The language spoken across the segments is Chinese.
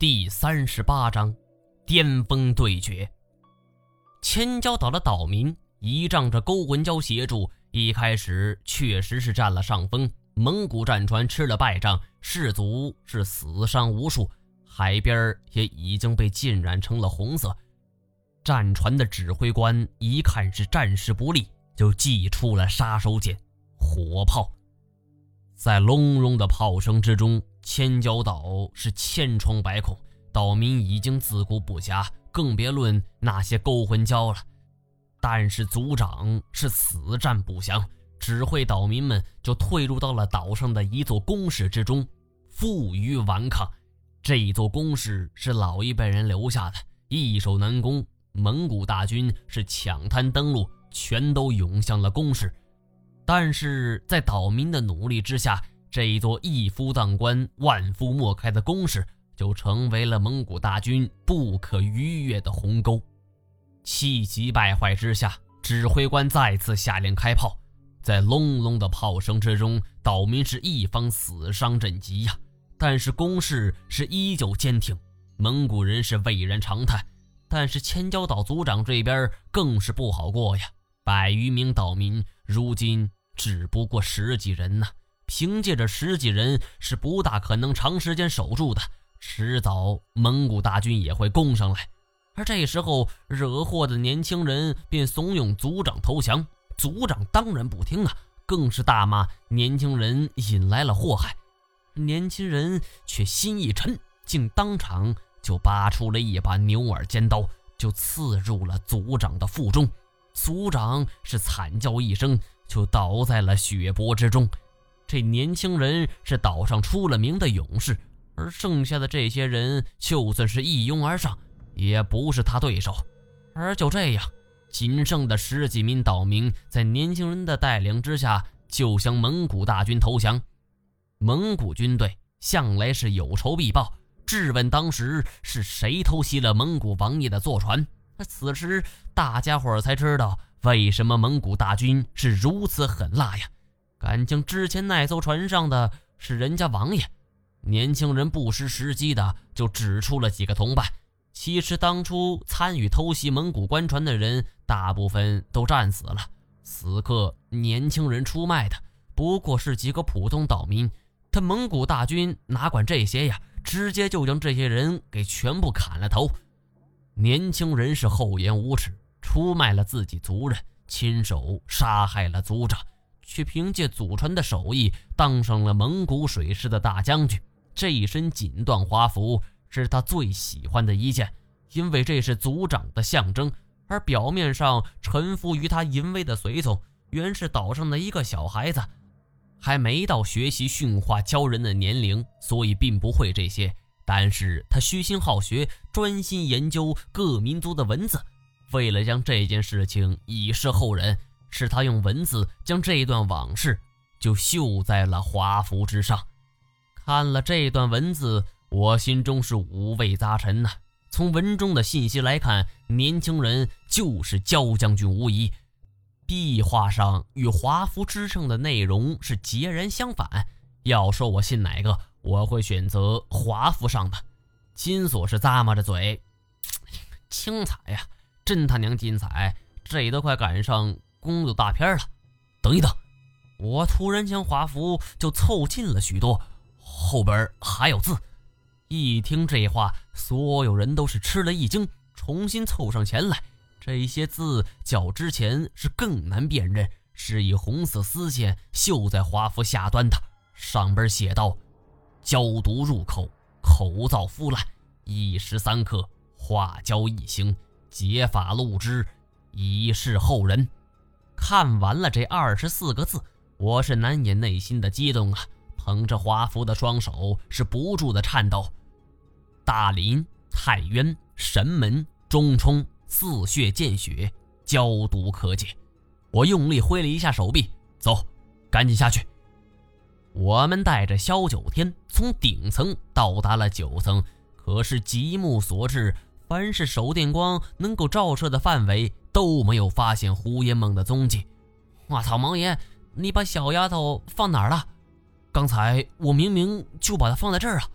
第38章巅峰对决。千礁岛的岛民依仗着勾魂礁协助，一开始确实是占了上风，蒙古战船吃了败仗，士卒是死伤无数，海边也已经被浸染成了红色。战船的指挥官一看是战事不利，就祭出了杀手锏火炮。在隆隆的炮声之中，千礁岛是千疮百孔，岛民已经自顾不暇，更别论那些勾魂礁了。但是族长是死战不降，指挥岛民们就退入到了岛上的一座工事之中，负隅顽抗。这一座工事是老一辈人留下的，易守难攻，蒙古大军是抢滩登陆，全都涌向了工事。但是在岛民的努力之下，这一座一夫当关万夫莫开的工事就成为了蒙古大军不可逾越的鸿沟。气急败坏之下，指挥官再次下令开炮。在隆隆的炮声之中，岛民是一方死伤震急呀。但是攻势是依旧坚挺，蒙古人是巍然长叹。但是千礁岛族长这边更是不好过呀，100余名岛民如今只不过10几人呢，凭借着10几人是不大可能长时间守住的，迟早蒙古大军也会攻上来。而这时候惹祸的年轻人便怂恿族长投降，族长当然不听啊，更是大骂年轻人引来了祸害。年轻人却心一沉，竟当场就拔出了一把牛耳尖刀，就刺入了族长的腹中。族长是惨叫一声，就倒在了血泊之中。这年轻人是岛上出了名的勇士，而剩下的这些人就算是一拥而上，也不是他对手。而就这样，仅剩的10几名岛民在年轻人的带领之下就向蒙古大军投降。蒙古军队向来是有仇必报，质问当时是谁偷袭了蒙古王爷的坐船。此时大家伙才知道为什么蒙古大军是如此狠辣呀，感情之前那艘船上的是人家王爷。年轻人不失时机的就指出了几个同伴，其实当初参与偷袭蒙古官船的人大部分都战死了，此刻年轻人出卖的不过是几个普通岛民，他蒙古大军哪管这些呀，直接就将这些人给全部砍了头。年轻人是厚颜无耻，出卖了自己族人，亲手杀害了族长，却凭借祖传的手艺当上了蒙古水师的大将军。这一身锦缎华服是他最喜欢的一件，因为这是族长的象征。而表面上臣服于他淫威的随从，原是岛上的一个小孩子，还没到学习训话教人的年龄，所以并不会这些。但是他虚心好学，专心研究各民族的文字。为了将这件事情以示后人，是他用文字将这段往事就绣在了华服之上。看了这段文字，我心中是五味杂陈呐。从文中的信息来看，年轻人就是焦将军无疑。壁画上与华服之上的内容是截然相反，要说我信哪个，我会选择华服上的。金锁是咂摸着嘴，精彩呀，真他娘精彩，这都快赶上公路大片了。等一等，我突然将华服就凑近了许多，后边还有字。一听这话，所有人都是吃了一惊，重新凑上前来。这些字较之前是更难辨认，是以红色丝线绣在华服下端的。上边写道：焦毒入口，口燥肤烂，一时3刻，化焦一行，解法录之，以示后人。看完了这24个字，我是难掩内心的激动啊，捧着华服的双手是不住的颤抖。大林、太渊、神门、中冲，4穴见血，焦毒可解。我用力挥了一下手臂，走，赶紧下去。我们带着萧九天从顶层到达了9层，可是极目所至，凡是手电光能够照射的范围都没有发现胡延梦的踪迹。我操，王爷，你把小丫头放哪儿了？刚才我明明就把她放在这儿啊！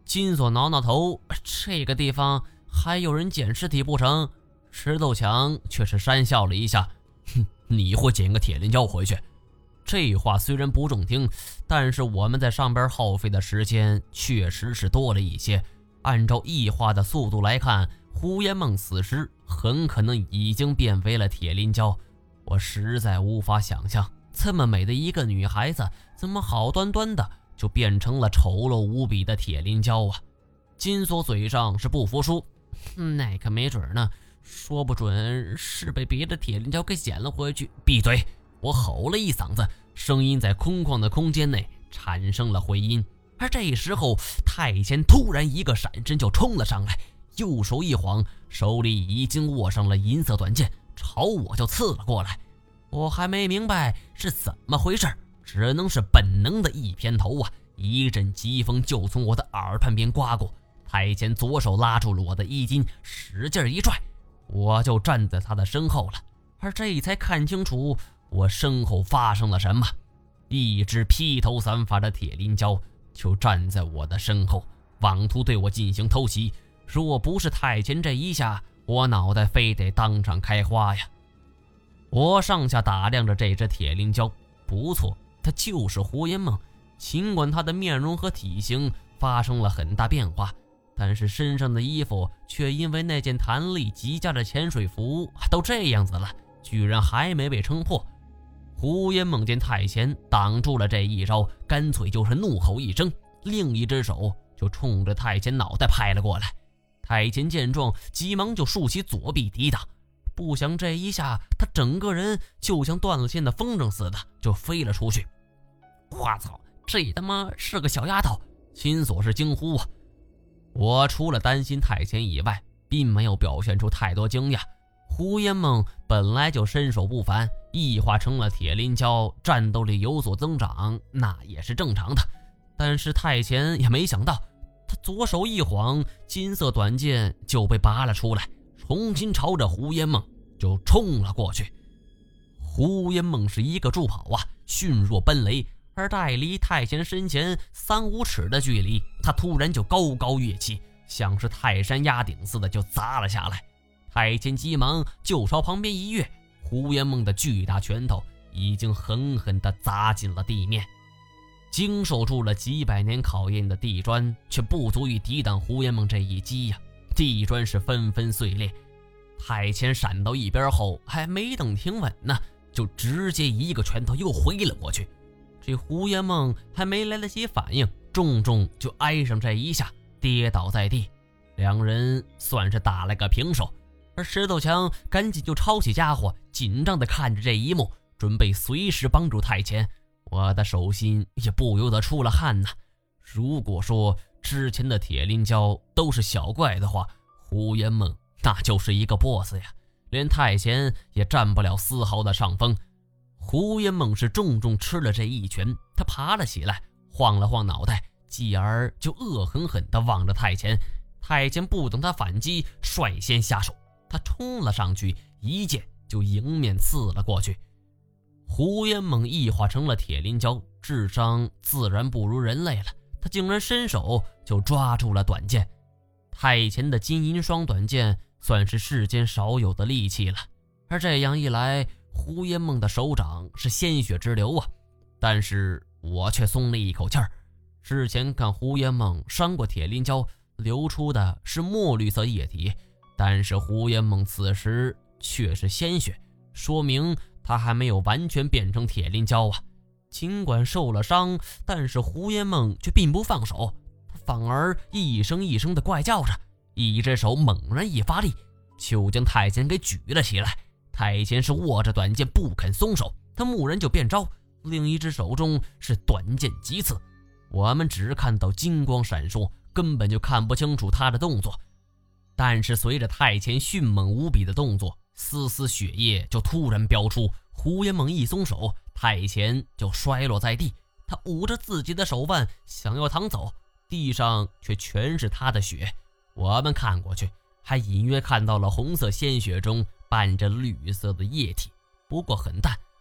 金锁挠挠头，这个地方还有人捡尸体不成？石头强却是讪笑了一下，哼，你会捡个铁链胶回去？这话虽然不中听，但是我们在上边耗费的时间确实是多了一些。按照异化的速度来看，胡延梦此时很可能已经变为了铁链胶。我实在无法想象，这么美的一个女孩子，怎么好端端的就变成了丑陋无比的铁链胶啊！金锁嘴上是不服输，那可没准呢，说不准是被别的铁链胶给捡了回去。闭嘴！我吼了一嗓子，声音在空旷的空间内产生了回音。而这时候，太监突然一个闪身就冲了上来，右手一晃，手里已经握上了银色短剑，朝我就刺了过来。我还没明白是怎么回事，只能是本能的一偏头啊，一阵疾风就从我的耳畔边刮过。太监左手拉住了我的衣襟，使劲一拽，我就站在他的身后了。而这才看清楚我身后发生了什么，一只披头散发的铁链胶就站在我的身后，妄图对我进行偷袭。若不是太监这一下，我脑袋非得当场开花呀！我上下打量着这只铁链胶，不错，它就是胡延梦。尽管他的面容和体型发生了很大变化，但是身上的衣服却因为那件弹力极佳的潜水服都这样子了，居然还没被撑破。胡延梦见太监挡住了这一招，干脆就是怒吼一声，另一只手就冲着太监脑袋拍了过来。太监见状，急忙就竖起左臂抵挡，不想这一下他整个人就像断了线的风筝似的就飞了出去。我操，这他妈是个小丫头！金锁是惊呼啊！我除了担心太监以外，并没有表现出太多惊讶。胡延梦本来就身手不凡，异化成了铁链胶，战斗力有所增长，那也是正常的。但是太监也没想到，他左手一晃，金色短剑就被拔了出来，重新朝着胡延梦就冲了过去。胡延梦是一个助跑啊，迅若奔雷，而在离太监身前3-5尺的距离，他突然就高高跃起，像是泰山压顶似的就砸了下来。太监急忙就朝旁边一跃，胡延梦的巨大拳头已经狠狠地砸进了地面。经受住了几百年考验的地砖却不足以抵挡胡延梦这一击呀，地砖是纷纷碎裂。太监闪到一边后，还没等停稳呢，就直接一个拳头又挥了过去。这胡延梦还没来得及反应，重重就挨上这一下，跌倒在地。两人算是打了个平手。而石头强赶紧就抄起家伙，紧张地看着这一幕，准备随时帮助太监。我的手心也不由得出了汗呐。如果说之前的铁链胶都是小怪的话，胡延梦那就是一个 boss 呀，连太监也占不了丝毫的上风。胡延梦是重重吃了这一拳，他爬了起来，晃了晃脑袋，继而就恶狠狠地望着太监。太监不等他反击，率先下手，他冲了上去，一剑就迎面刺了过去。胡延梦异化成了铁链胶，智商自然不如人类了，他竟然伸手就抓住了短剑。太监的金银双短剑算是世间少有的利器了，而这样一来，胡延梦的手掌是鲜血直流啊。但是我却松了一口气儿，之前看胡延梦伤过铁链胶，流出的是墨绿色液体，但是胡延梦此时却是鲜血，说明他还没有完全变成铁链胶啊。尽管受了伤，但是胡延梦却并不放手，他反而一声一声的怪叫着，一只手猛然一发力，就将太监给举了起来。太监是握着短剑不肯松手，他蓦然就变招，另一只手中是短剑急刺。我们只看到金光闪烁，根本就看不清楚他的动作。但是随着太监迅猛无比的动作，丝丝血液就突然飙出，胡延梦一松手，太监就摔落在地。他捂着自己的手腕想要躺走，地上却全是他的血。我们看过去，还隐约看到了红色鲜血中伴着绿色的液体，不过很淡。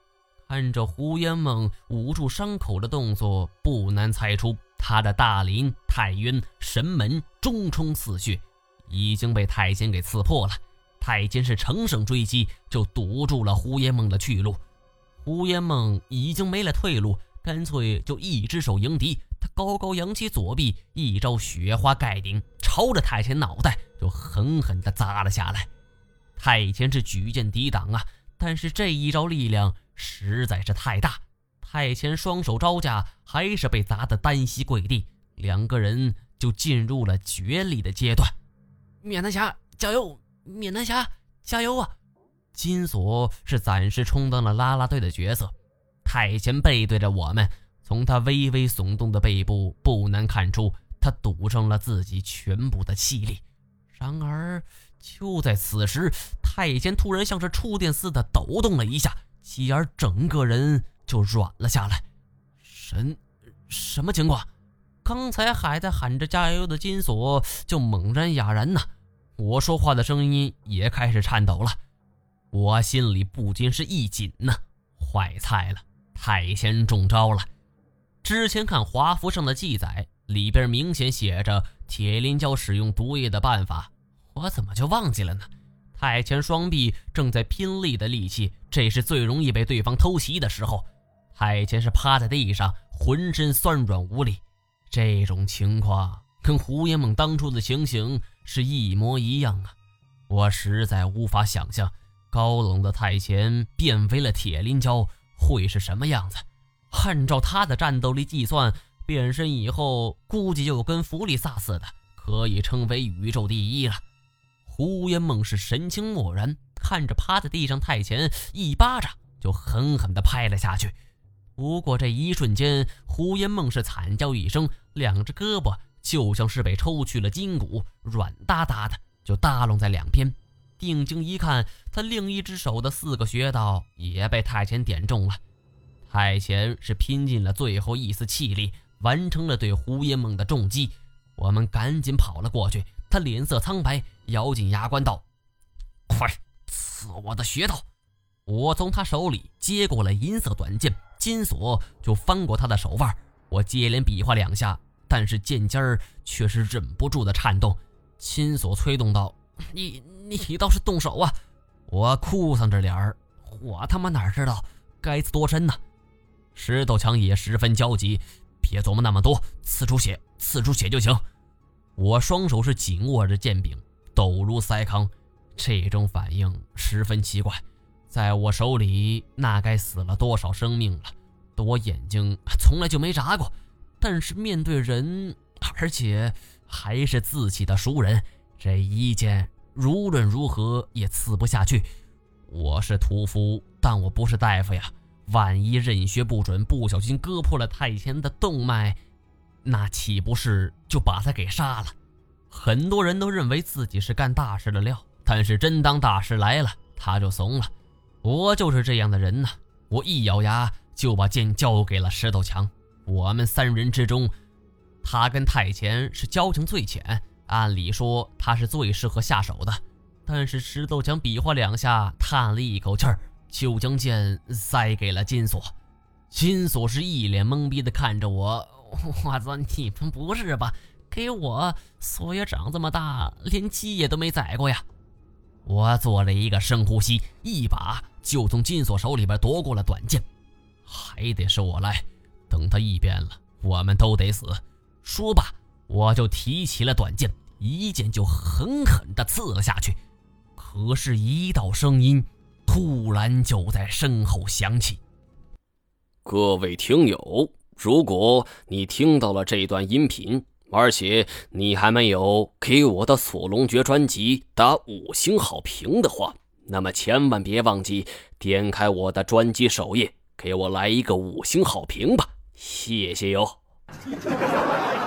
看着胡延梦捂住伤口的动作，不难猜出他的大林、太渊、神门、中冲四穴已经被太监给刺破了。太监是乘胜追击，就堵住了胡延梦的去路。胡延梦已经没了退路，干脆就一只手迎敌，他高高扬起左臂，一招雪花盖顶，朝着太监脑袋就狠狠地砸了下来。太监是举剑抵挡啊，但是这一招力量实在是太大，太监双手招架，还是被砸得单膝跪地，两个人就进入了决力的阶段。免南侠加油，免南侠加油啊！金锁是暂时充当了啦啦队的角色，太监背对着我们，从他微微耸动的背部不难看出他赌上了自己全部的气力。然而就在此时，太监突然像是触电似的抖动了一下，继而整个人就软了下来。什么情况？刚才还在喊着加油的金锁就猛然哑然呢，我说话的声音也开始颤抖了。我心里不禁是一紧呢，坏菜了，太监中招了。之前看华符上的记载，里边明显写着铁林胶使用毒液的办法，我怎么就忘记了呢？太监双臂正在拼力的力气，这是最容易被对方偷袭的时候。太监是趴在地上，浑身酸软无力。这种情况跟胡延梦当初的情形是一模一样啊！我实在无法想象高冷的太监变为了铁林胶会是什么样子。按照他的战斗力计算，变身以后估计就跟弗利萨似的，可以称为宇宙第一了。胡延梦是神情漠然，看着趴在地上太监，一巴掌就狠狠地拍了下去。不过这一瞬间，胡延梦是惨叫一声，两只胳膊就像是被抽去了筋骨，软哒哒的就搭拢在两边。定睛一看，他另一只手的4个穴道也被太监点中了。太监是拼尽了最后一丝气力，完成了对胡延梦的重击。我们赶紧跑了过去，他脸色苍白，咬紧牙关道：“快刺我的穴道！”我从他手里接过了银色短剑，金锁就翻过他的手腕，我接连比划2下，但是剑尖儿却是忍不住的颤动。金锁催动道：“你倒是动手啊！”我哭丧着脸儿，我他妈哪知道该刺多深呢？石头强也十分焦急：“别琢磨那么多，刺出血就行。”我双手是紧握着剑柄，抖如筛糠。这种反应十分奇怪，在我手里那该死了多少生命了，我眼睛从来就没眨过。但是面对人，而且还是自己的熟人，这一剑无论如何也刺不下去。我是屠夫，但我不是大夫呀，万一任穴不准，不小心割破了太监的动脉，那岂不是就把他给杀了？很多人都认为自己是干大事的料，但是真当大事来了，他就怂了。我就是这样的人呢。我一咬牙就把剑交给了石头强。我们3人之中，他跟太监是交情最浅，按理说他是最适合下手的。但是石头强比划2下，叹了一口气儿，就将剑塞给了金锁。金锁是一脸懵逼地看着我，我操，你们不是吧？给我锁也长这么大，连鸡也都没宰过呀！我做了一个深呼吸，一把就从金锁手里边夺过了短剑。还得是我来，等他一变了，我们都得死。说罢，我就提起了短剑，一剑就狠狠地刺了下去。可是一道声音突然就在身后响起：“ 各位听友，如果你听到了这段音频，而且你还没有给我的锁龙诀专辑打5星好评的话，那么千万别忘记点开我的专辑首页，给我来一个5星好评吧，谢谢哟。